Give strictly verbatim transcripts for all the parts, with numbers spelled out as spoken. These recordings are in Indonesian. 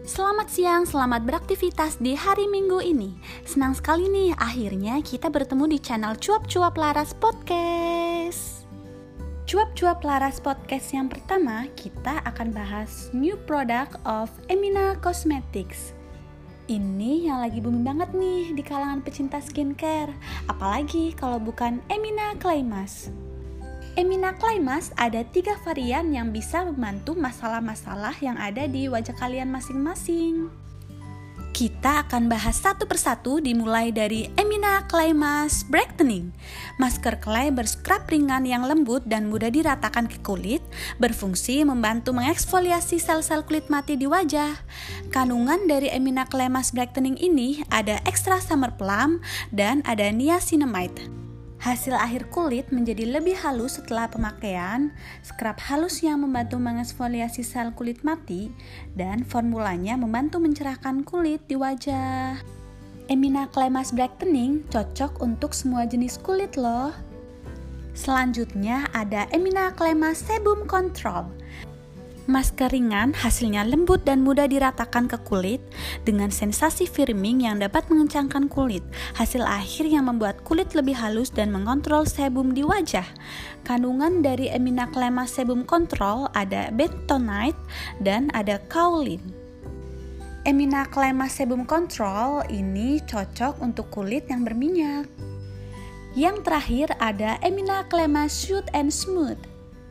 Selamat siang, selamat beraktivitas di hari Minggu ini. Senang sekali nih, akhirnya kita bertemu di channel Cuap-Cuap Laras Podcast. Cuap-Cuap Laras Podcast yang pertama, kita akan bahas new product of Emina Cosmetics. Ini yang lagi booming banget nih di kalangan pecinta skincare, apalagi kalau bukan Emina Clay Mask. Emina Clay Mask ada tiga varian yang bisa membantu masalah-masalah yang ada di wajah kalian masing-masing. Kita akan bahas satu persatu dimulai dari Emina Clay Mask Brightening. Masker clay berskrab ringan yang lembut dan mudah diratakan ke kulit, berfungsi membantu mengeksfoliasi sel-sel kulit mati di wajah. Kandungan dari Emina Clay Mask Brightening ini ada ekstra summer plum dan ada niacinamide. Hasil akhir kulit menjadi lebih halus setelah pemakaian, skrab halus yang membantu mengeksfoliasi sel kulit mati, dan formulanya membantu mencerahkan kulit di wajah. Emina Clay Mask Brightening cocok untuk semua jenis kulit loh. Selanjutnya ada Emina Clay Mask Sebum Control. Masker ringan hasilnya lembut dan mudah diratakan ke kulit dengan sensasi firming yang dapat mengencangkan kulit. Hasil akhir yang membuat kulit lebih halus dan mengontrol sebum di wajah. Kandungan dari Emina Clay Mask Sebum Control ada bentonite dan ada kaolin. Emina Clay Mask Sebum Control ini cocok untuk kulit yang berminyak. Yang terakhir ada Emina Clay Mask Soothe and Smooth.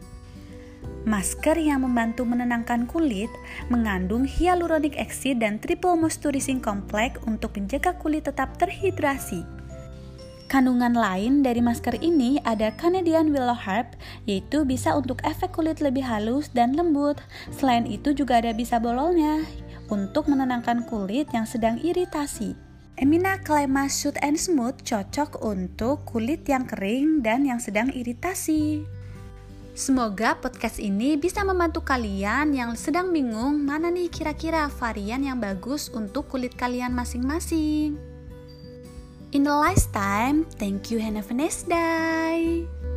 Masker yang membantu menenangkan kulit, mengandung hyaluronic acid dan triple moisturizing complex untuk menjaga kulit tetap terhidrasi. Kandungan lain dari masker ini ada Canadian Willow Herb, yaitu bisa untuk efek kulit lebih halus dan lembut. Selain itu juga ada bisa bololnya, untuk menenangkan kulit yang sedang iritasi. Emina Clay Mask Soothe and Smooth cocok untuk kulit yang kering dan yang sedang iritasi. Semoga podcast ini bisa membantu kalian yang sedang bingung mana nih kira-kira varian yang bagus untuk kulit kalian masing-masing. In the last time, thank you and have a nice day.